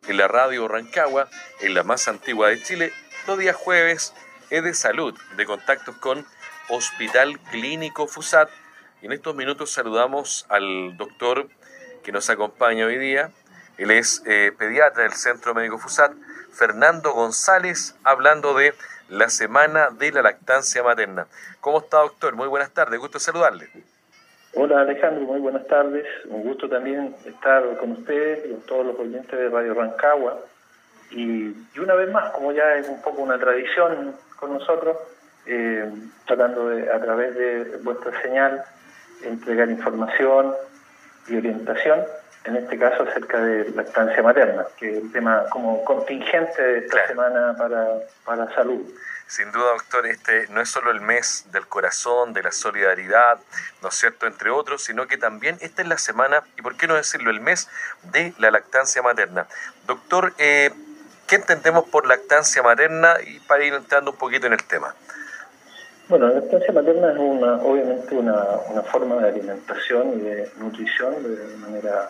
en la radio Rancagua, en la más antigua de Chile. Los días jueves es de salud, de contactos con Hospital Clínico FUSAT. Y en estos minutos saludamos al doctor que nos acompaña hoy día. Él es pediatra del Centro Médico FUSAT, Fernando González, hablando de la Semana de la Lactancia Materna. ¿Cómo está, doctor? Muy buenas tardes, gusto saludarle. Hola, Alejandro, muy buenas tardes. Un gusto también estar con ustedes y con todos los oyentes de Radio Rancagua. Y una vez más, como ya es un poco una tradición con nosotros, tratando de, a través de vuestra señal, entregar información y orientación, en este caso acerca de lactancia materna, que es el tema como contingente de esta semana para salud. Sin duda, doctor, este no es solo el mes del corazón, de la solidaridad, ¿no es cierto?, entre otros, sino que también esta es la semana, y por qué no decirlo, el mes de la lactancia materna. Doctor, ¿qué entendemos por lactancia materna? Y para ir entrando un poquito en el tema. Bueno, la lactancia materna es obviamente una forma de alimentación y de nutrición de manera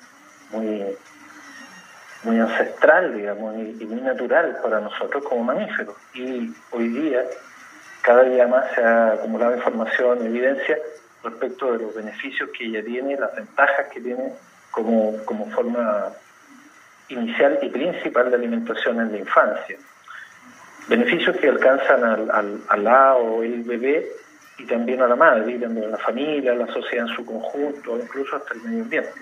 muy ancestral, digamos, y muy natural para nosotros como mamíferos. Y hoy día, cada día más se ha acumulado información, evidencia respecto de los beneficios que ella tiene, las ventajas que tiene como forma inicial y principal de alimentación en la infancia. Beneficios que alcanzan al la o el bebé y también a la madre, y también a la familia, a la sociedad en su conjunto, incluso hasta el medio ambiente.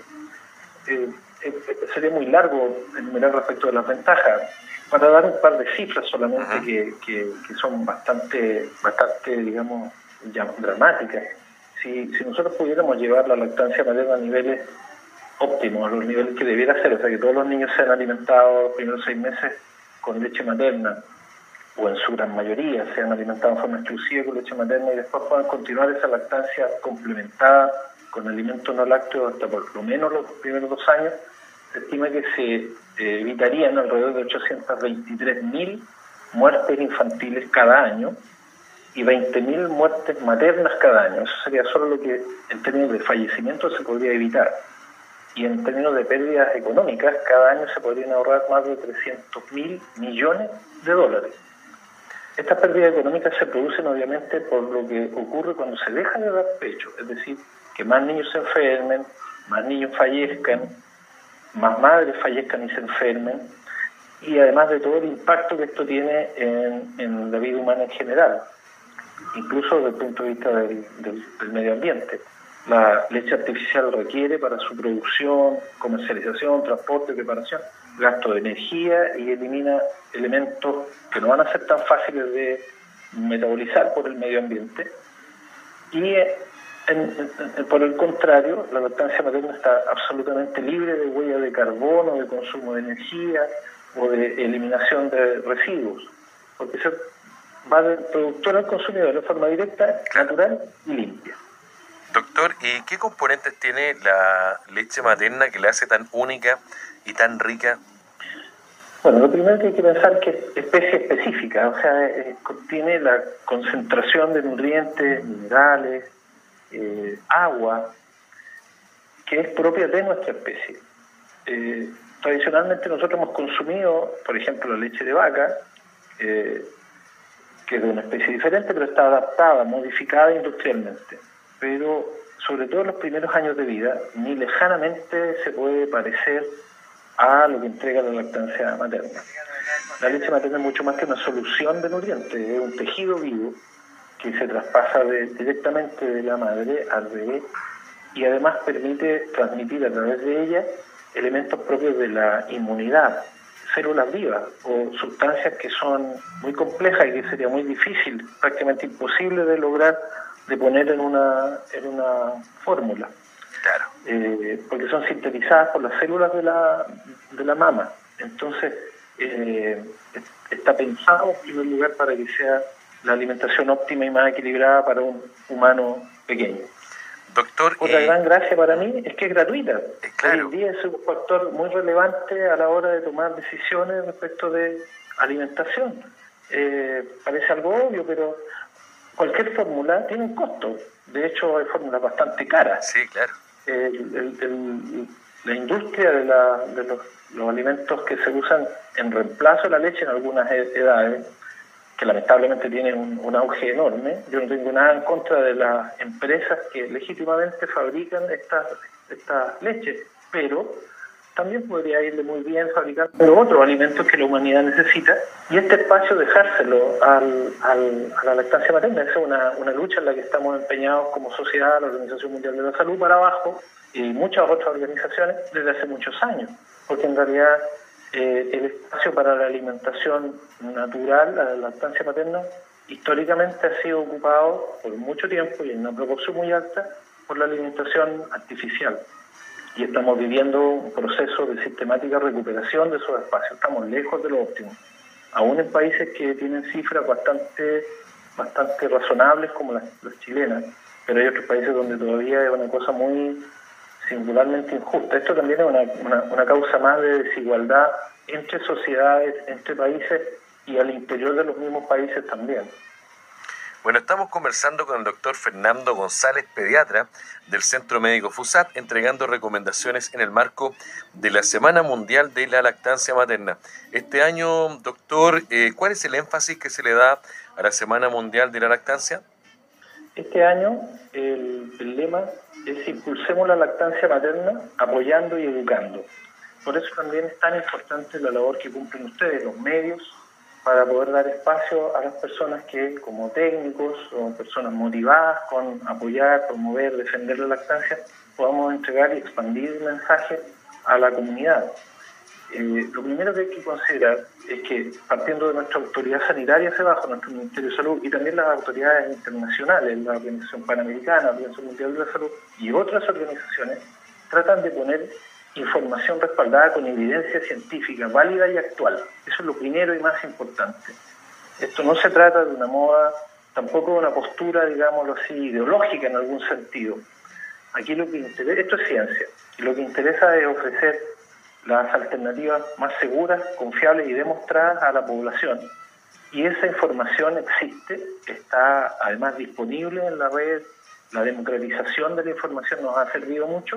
Sería muy largo enumerar respecto de las ventajas. Para dar un par de cifras solamente que son bastante, digamos, ya dramáticas. Si nosotros pudiéramos llevar la lactancia materna a niveles óptimos, a los niveles que debiera ser, o sea, que todos los niños sean alimentados los primeros 6 meses con leche materna, o en su gran mayoría sean alimentados en forma exclusiva con leche materna y después puedan continuar esa lactancia complementada con alimentos no lácteos hasta por lo menos los primeros 2 años, se estima que se evitarían alrededor de 823.000 muertes infantiles cada año y 20.000 muertes maternas cada año. Eso sería solo lo que en términos de fallecimiento se podría evitar. Y en términos de pérdidas económicas, cada año se podrían ahorrar más de 300.000 millones de dólares. Estas pérdidas económicas se producen obviamente por lo que ocurre cuando se deja de dar pecho, es decir, que más niños se enfermen, más niños fallezcan, más madres fallezcan y se enfermen, y además de todo el impacto que esto tiene en la vida humana en general, incluso desde el punto de vista del medio ambiente. La leche artificial requiere para su producción, comercialización, transporte, preparación, gasto de energía y elimina elementos que no van a ser tan fáciles de metabolizar por el medio ambiente. Y por el contrario, la lactancia materna está absolutamente libre de huella de carbono, de consumo de energía o de eliminación de residuos, porque se va del productor al consumidor de forma directa, natural y limpia. Doctor, ¿y qué componentes tiene la leche materna que la hace tan única y tan rica? Bueno, lo primero que hay que pensar que es especie específica, o sea, contiene la concentración de nutrientes, minerales, agua, que es propia de nuestra especie. Tradicionalmente nosotros hemos consumido, por ejemplo, la leche de vaca, que es de una especie diferente, pero está adaptada, modificada industrialmente. Pero sobre todo en los primeros años de vida, ni lejanamente se puede parecer a lo que entrega la lactancia materna. La leche materna es mucho más que una solución de nutrientes, es un tejido vivo que se traspasa directamente de la madre al bebé y además permite transmitir a través de ella elementos propios de la inmunidad, células vivas o sustancias que son muy complejas y que sería muy difícil, prácticamente imposible de lograr, de poner en una fórmula. Claro. Porque son sintetizadas por las células de la mama. Entonces, está pensado en primer lugar para que sea la alimentación óptima y más equilibrada para un humano pequeño. Doctor, otra gran gracia para mí es que es gratuita. Claro. Hoy en día es un factor muy relevante a la hora de tomar decisiones respecto de alimentación. Parece algo obvio, pero cualquier fórmula tiene un costo. De hecho, hay fórmulas bastante caras. Sí, claro. La industria de los los alimentos que se usan en reemplazo de la leche en algunas edades, que lamentablemente tienen un auge enorme. Yo no tengo nada en contra de las empresas que legítimamente fabrican estas leches, pero también podría irle muy bien fabricar otros alimentos que la humanidad necesita, y este espacio dejárselo a la lactancia materna. Esa es una lucha en la que estamos empeñados como sociedad, la Organización Mundial de la Salud para abajo y muchas otras organizaciones desde hace muchos años, porque en realidad el espacio para la alimentación natural, la lactancia materna, históricamente ha sido ocupado por mucho tiempo y en una proporción muy alta por la alimentación artificial. Y estamos viviendo un proceso de sistemática recuperación de esos espacios. Estamos lejos de lo óptimo. Aún en países que tienen cifras bastante razonables como las chilenas, pero hay otros países donde todavía es una cosa muy singularmente injusta. Esto también es una causa más de desigualdad entre sociedades, entre países y al interior de los mismos países también. Bueno, estamos conversando con el doctor Fernando González, pediatra del Centro Médico FUSAT, entregando recomendaciones en el marco de la Semana Mundial de la Lactancia Materna. Este año, doctor, ¿cuál es el énfasis que se le da a la Semana Mundial de la Lactancia? Este año el lema es impulsemos la lactancia materna apoyando y educando. Por eso también es tan importante la labor que cumplen ustedes, los medios, para poder dar espacio a las personas que, como técnicos o personas motivadas con apoyar, promover, defender la lactancia, podamos entregar y expandir el mensaje a la comunidad. Lo primero que hay que considerar es que, partiendo de nuestra autoridad sanitaria hacia abajo, nuestro Ministerio de Salud y también las autoridades internacionales, la Organización Panamericana, la Organización Mundial de la Salud y otras organizaciones, tratan de poner información respaldada con evidencia científica, válida y actual. Eso es lo primero y más importante. Esto no se trata de una moda, tampoco de una postura, digámoslo así, ideológica en algún sentido. Aquí lo que interesa, esto es ciencia, y lo que interesa es ofrecer las alternativas más seguras, confiables y demostradas a la población. Y esa información existe, está además disponible en la red, la democratización de la información nos ha servido mucho,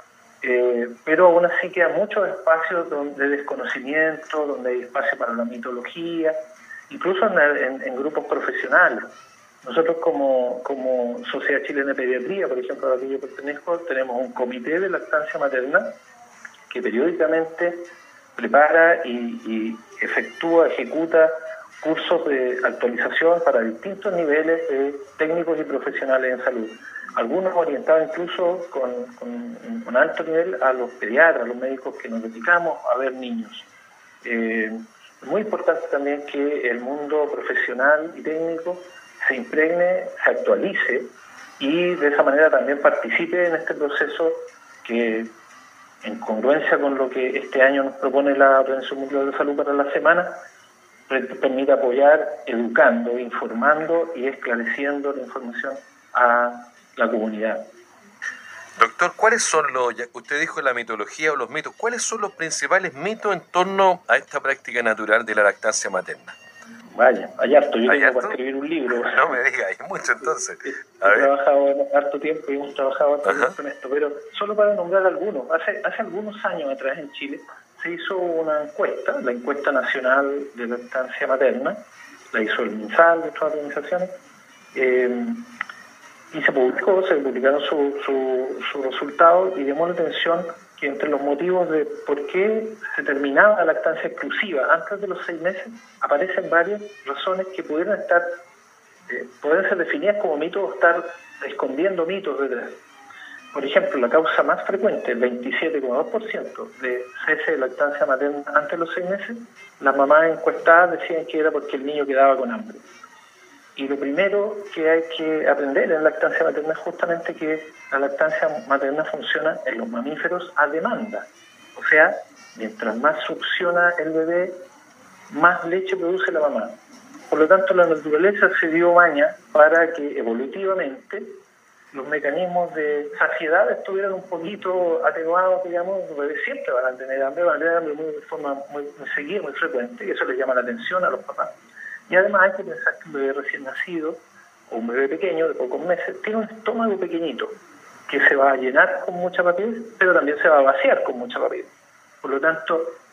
pero aún así quedan muchos espacios de desconocimiento, donde hay espacio para la mitología, incluso en grupos profesionales. Nosotros como Sociedad Chilena de Pediatría, por ejemplo, a la que yo pertenezco, tenemos un comité de lactancia materna que periódicamente prepara y ejecuta cursos de actualización para distintos niveles de técnicos y profesionales en salud. Algunos orientados incluso con alto nivel a los pediatras, a los médicos que nos dedicamos a ver niños. Es muy importante también que el mundo profesional y técnico se impregne, se actualice y de esa manera también participe en este proceso que, en congruencia con lo que este año nos propone la Organización Mundial de Salud para la semana, permite apoyar educando, informando y esclareciendo la información a la comunidad. Doctor, ¿cuáles son usted dijo la mitología o los mitos, cuáles son los principales mitos en torno a esta práctica natural de la lactancia materna? Vaya, hay harto, yo tengo para escribir un libro. No me diga, hay mucho entonces. He trabajado harto tiempo y hemos trabajado harto tiempo en esto, pero solo para nombrar algunos. Hace algunos años atrás en Chile se hizo una encuesta, la encuesta nacional de lactancia materna, la hizo el MinSal de otras organizaciones, y se publicaron sus resultados y llamó la atención que entre los motivos de por qué se terminaba la lactancia exclusiva antes de los 6 meses, aparecen varias razones que pueden ser definidas como mitos o estar escondiendo mitos detrás. Por ejemplo, la causa más frecuente, el 27,2% de cese de lactancia materna antes de los 6 meses, las mamás encuestadas decían que era porque el niño quedaba con hambre. Y lo primero que hay que aprender en lactancia materna es justamente que la lactancia materna funciona en los mamíferos a demanda. O sea, mientras más succiona el bebé, más leche produce la mamá. Por lo tanto, la naturaleza se dio maña para que evolutivamente los mecanismos de saciedad estuvieran un poquito atenuados, digamos. Los bebés siempre van a tener hambre de forma muy seguida, muy frecuente, y eso les llama la atención a los papás. Y además hay que pensar que un bebé recién nacido o un bebé pequeño de pocos meses tiene un estómago pequeñito que se va a llenar con mucha papel, pero también se va a vaciar con mucha papel. Por lo tanto,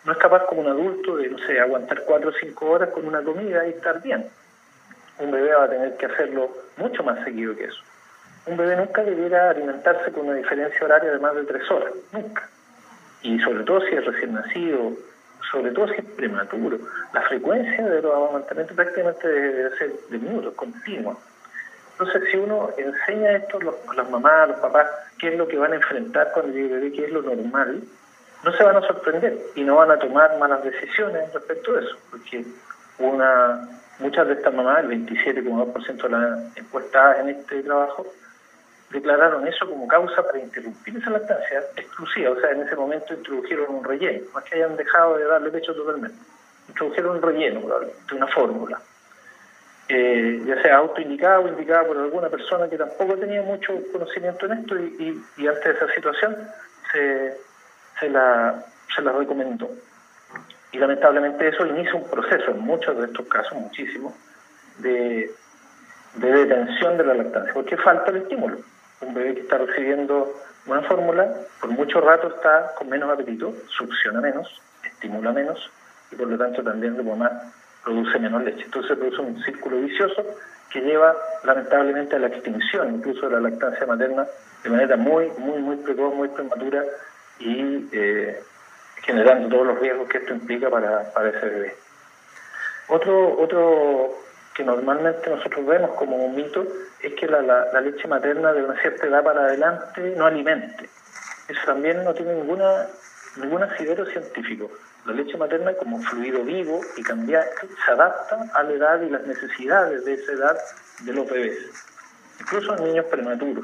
no es capaz como un adulto de, no sé, aguantar 4 o 5 horas con una comida y estar bien. Un bebé va a tener que hacerlo mucho más seguido que eso. Un bebé nunca debiera alimentarse con una diferencia horaria de más de 3 horas, nunca. Y sobre todo si es recién nacido, sobre todo si es prematuro, la frecuencia de los amamantamientos prácticamente debe ser de minutos, continua. Entonces, si uno enseña esto a las mamás, a los papás, qué es lo que van a enfrentar cuando llegue el bebé, qué es lo normal, no se van a sorprender y no van a tomar malas decisiones respecto a eso, porque muchas de estas mamás, el 27,2% de las encuestadas en este trabajo, declararon eso como causa para interrumpir esa lactancia exclusiva. O sea, en ese momento introdujeron un relleno, no es que hayan dejado de darle pecho totalmente, introdujeron un relleno probablemente, una fórmula, ya sea autoindicada o indicada por alguna persona que tampoco tenía mucho conocimiento en esto y ante esa situación se la recomendó. Y lamentablemente eso inicia un proceso, en muchos de estos casos, muchísimos, de detención de la lactancia, porque falta el estímulo. Un bebé que está recibiendo una fórmula, por mucho rato está con menos apetito, succiona menos, estimula menos, y por lo tanto también de mamá produce menos leche. Entonces produce un círculo vicioso que lleva lamentablemente a la extinción incluso de la lactancia materna de manera muy precoz, muy prematura y generando todos los riesgos que esto implica para ese bebé. Otro que normalmente nosotros vemos como un mito es que la leche materna de una cierta edad para adelante no alimente. Eso también no tiene ningún asidero científico. La leche materna como fluido vivo y cambiante se adapta a la edad y las necesidades de esa edad de los bebés, incluso en niños prematuros.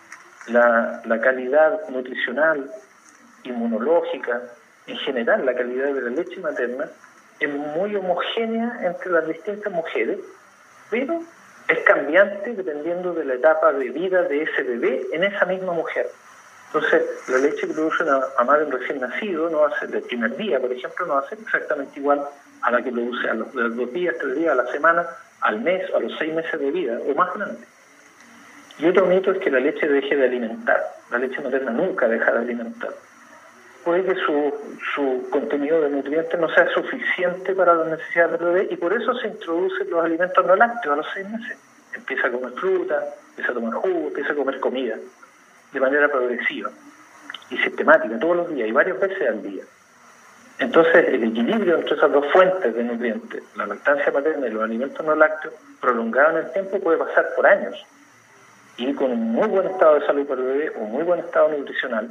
La calidad nutricional, inmunológica, en general la calidad de la leche materna es muy homogénea entre las distintas mujeres, pero es cambiante dependiendo de la etapa de vida de ese bebé en esa misma mujer. Entonces, la leche que produce una mamá de un recién nacido no va a ser del primer día, por ejemplo, no va a ser exactamente igual a la que produce a los 2 días, 3 días, a la semana, al mes o a los 6 meses de vida, o más grande. Y otro mito es que la leche deje de alimentar. La leche materna nunca deja de alimentar. Puede que su contenido de nutrientes no sea suficiente para las necesidades del bebé y por eso se introducen los alimentos no lácteos a los 6 meses. Empieza a comer fruta, empieza a tomar jugo, empieza a comer comida de manera progresiva y sistemática, todos los días y varias veces al día. Entonces, el equilibrio entre esas dos fuentes de nutrientes, la lactancia materna y los alimentos no lácteos, prolongado en el tiempo, puede pasar por años. Y con un muy buen estado de salud para el bebé, un muy buen estado nutricional,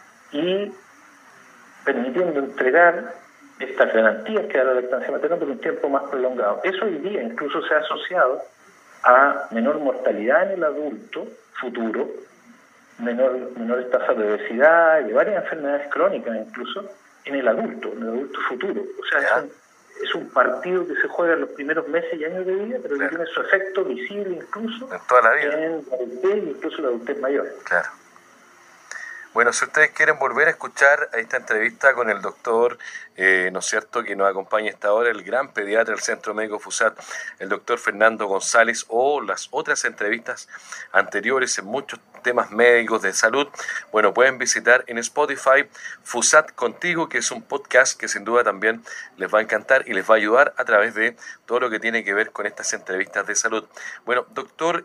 y permitiendo entregar estas garantías que da la lactancia materna por un tiempo más prolongado. Eso hoy día incluso se ha asociado a menor mortalidad en el adulto futuro, menores tasas de obesidad y de varias enfermedades crónicas incluso en el adulto futuro. O sea, es un partido que se juega en los primeros meses y años de vida, pero que tiene su efecto visible incluso en toda la vida, en la adultez e incluso la adultez mayor. Claro. Bueno, si ustedes quieren volver a escuchar esta entrevista con el doctor, ¿no es cierto?, que nos acompaña esta hora, el gran pediatra del Centro Médico FUSAT, el doctor Fernando González, o las otras entrevistas anteriores en muchos temas médicos de salud, bueno, pueden visitar en Spotify FUSAT Contigo, que es un podcast que sin duda también les va a encantar y les va a ayudar a través de todo lo que tiene que ver con estas entrevistas de salud. Bueno, doctor,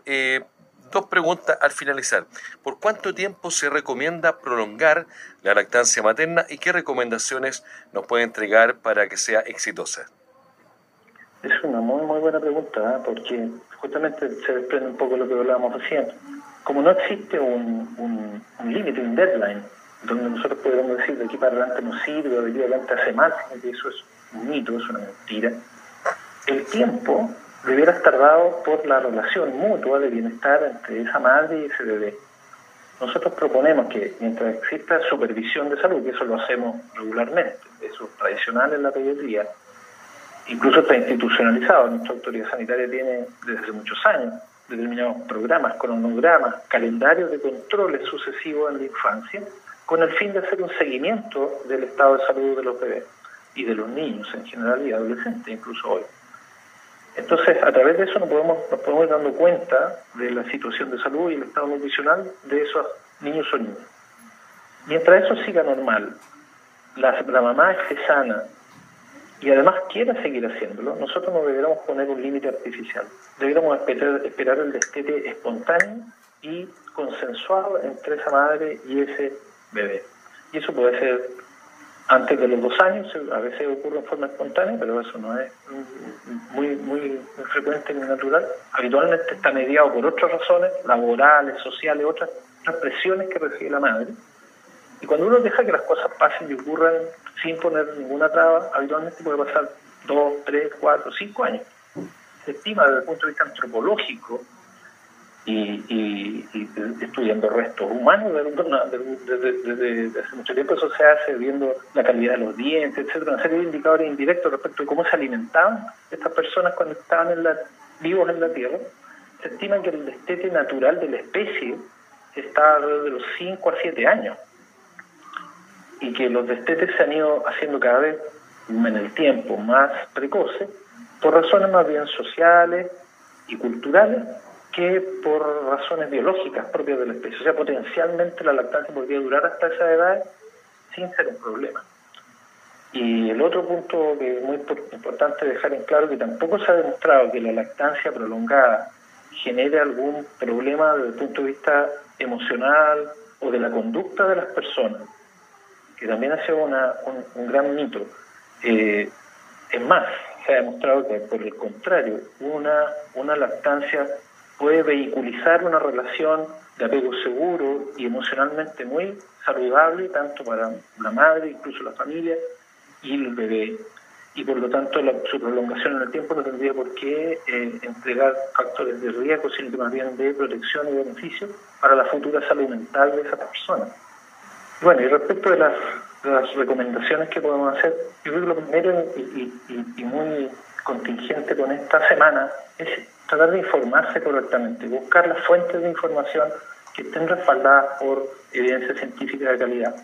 2 preguntas al finalizar. ¿Por cuánto tiempo se recomienda prolongar la lactancia materna y qué recomendaciones nos puede entregar para que sea exitosa? Es una muy buena pregunta, porque justamente se desprende un poco de lo que hablábamos recién. Como no existe un límite, un deadline, donde nosotros podemos decir de aquí para adelante no sirve, o de aquí para adelante hace mal, que eso es un mito, es una mentira. El tiempo debiera estar dado por la relación mutua de bienestar entre esa madre y ese bebé. Nosotros proponemos que mientras exista supervisión de salud, que eso lo hacemos regularmente, eso es tradicional en la pediatría, incluso está institucionalizado, nuestra autoridad sanitaria tiene desde hace muchos años determinados programas, cronogramas, calendarios de controles sucesivos en la infancia, con el fin de hacer un seguimiento del estado de salud de los bebés y de los niños en general y adolescentes, incluso hoy. Entonces, a través de eso nos podemos ir dando cuenta de la situación de salud y el estado nutricional de esos niños o niñas. Mientras eso siga normal la mamá esté sana y además quiera seguir haciéndolo, nosotros no deberíamos poner un límite artificial. Deberíamos esperar el destete espontáneo y consensuado entre esa madre y ese bebé. Y eso puede ser antes de los 2 años, a veces ocurre en forma espontánea, pero eso no es muy frecuente ni natural. Habitualmente está mediado por otras razones, laborales, sociales, otras presiones que recibe la madre. Y cuando uno deja que las cosas pasen y ocurran sin poner ninguna traba, habitualmente puede pasar 2, 3, 4, 5 años. Se estima desde el punto de vista antropológico y estudiando restos humanos desde hace mucho tiempo. Eso se hace viendo la calidad de los dientes, etcétera, una serie de indicadores indirectos respecto de cómo se alimentaban estas personas cuando estaban vivos en la Tierra. Se estima que el destete natural de la especie está alrededor de los 5 a 7 años y que los destetes se han ido haciendo cada vez en el tiempo más precoces por razones más bien sociales y culturales que por razones biológicas propias de la especie. O sea, potencialmente la lactancia podría durar hasta esa edad sin ser un problema. Y el otro punto que es muy importante dejar en claro, que tampoco se ha demostrado que la lactancia prolongada genere algún problema desde el punto de vista emocional o de la conducta de las personas, que también ha sido un gran mito. Es más, se ha demostrado que, por el contrario, una lactancia puede vehiculizar una relación de apego seguro y emocionalmente muy saludable, tanto para la madre, incluso la familia, y el bebé. Y por lo tanto, su prolongación en el tiempo no tendría por qué entregar factores de riesgo, sino que más bien de protección y beneficio para la futura salud mental de esa persona. Bueno, y respecto de las recomendaciones que podemos hacer, yo creo que lo primero y muy contingente con esta semana es tratar de informarse correctamente, buscar las fuentes de información que estén respaldadas por evidencia científica de calidad.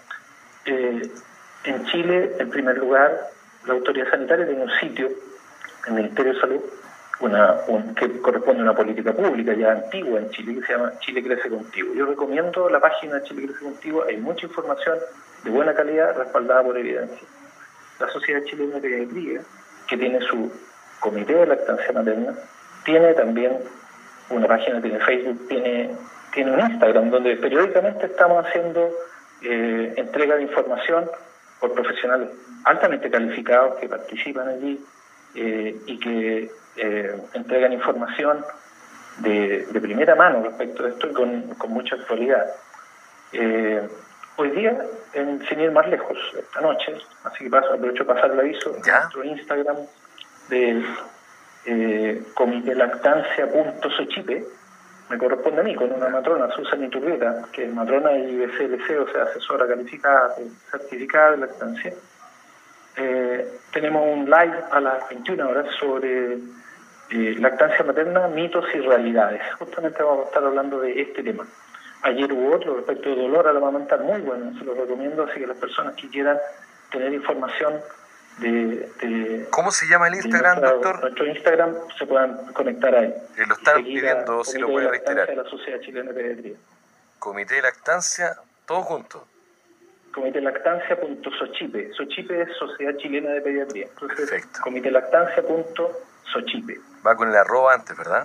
En Chile, en primer lugar, la autoridad sanitaria tiene un sitio, el Ministerio de Salud, que corresponde a una política pública ya antigua en Chile, que se llama Chile Crece Contigo. Yo recomiendo la página Chile Crece Contigo, hay mucha información de buena calidad respaldada por evidencia. La Sociedad Chilena de Pediatría, que tiene su comité de lactancia materna, tiene también una página, tiene Facebook, tiene un Instagram, donde periódicamente estamos haciendo entrega de información por profesionales altamente calificados que participan allí y que entregan información de primera mano respecto de esto y con mucha actualidad. Hoy día, sin ir más lejos, esta noche, así que aprovecho para pasar el aviso, nuestro Instagram de comitélactancia.sochipe me corresponde a mí, con una matrona, Susan Iturrieta, que es matrona y BCLC, o sea, asesora calificada, certificada de lactancia. Tenemos un live a las 21 horas sobre lactancia materna, mitos y realidades. Justamente vamos a estar hablando de este tema. Ayer hubo otro respecto de dolor al amamantar, muy bueno, se lo recomiendo, así que las personas que quieran tener información ¿Cómo se llama el Instagram, doctor? Nuestro Instagram se puedan conectar ahí. Lo están pidiendo, si lo puede reiterar. De la Sociedad Chilena de Pediatría. Comité de Lactancia, todo junto. Comitélactancia.sochipe. Sochipe es Sociedad Chilena de Pediatría. Entonces, perfecto. Comitélactancia.sochipe. Va con el arroba antes, ¿verdad?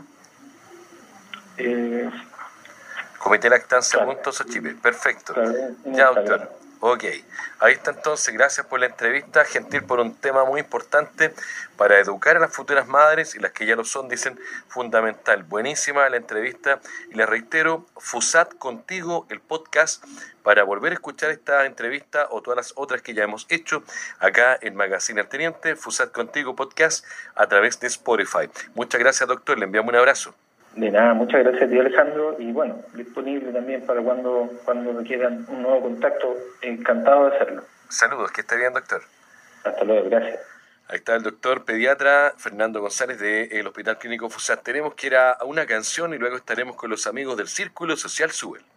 Comitélactancia.sochipe. Perfecto. Claro, ya, doctor. Ok, ahí está entonces, gracias por la entrevista, gentil, por un tema muy importante para educar a las futuras madres y las que ya lo son, dicen, fundamental. Buenísima la entrevista y les reitero, FUSAT Contigo, el podcast, para volver a escuchar esta entrevista o todas las otras que ya hemos hecho acá en Magazine El Teniente, FUSAT Contigo Podcast a través de Spotify. Muchas gracias, doctor, le enviamos un abrazo. De nada, muchas gracias a ti, Alejandro, y bueno, disponible también para cuando quieran un nuevo contacto, encantado de hacerlo. Saludos, que esté bien, doctor. Hasta luego, gracias. Ahí está el doctor pediatra Fernando González del Hospital Clínico FUSAT. Tenemos que ir a una canción y luego estaremos con los amigos del Círculo Social Subel.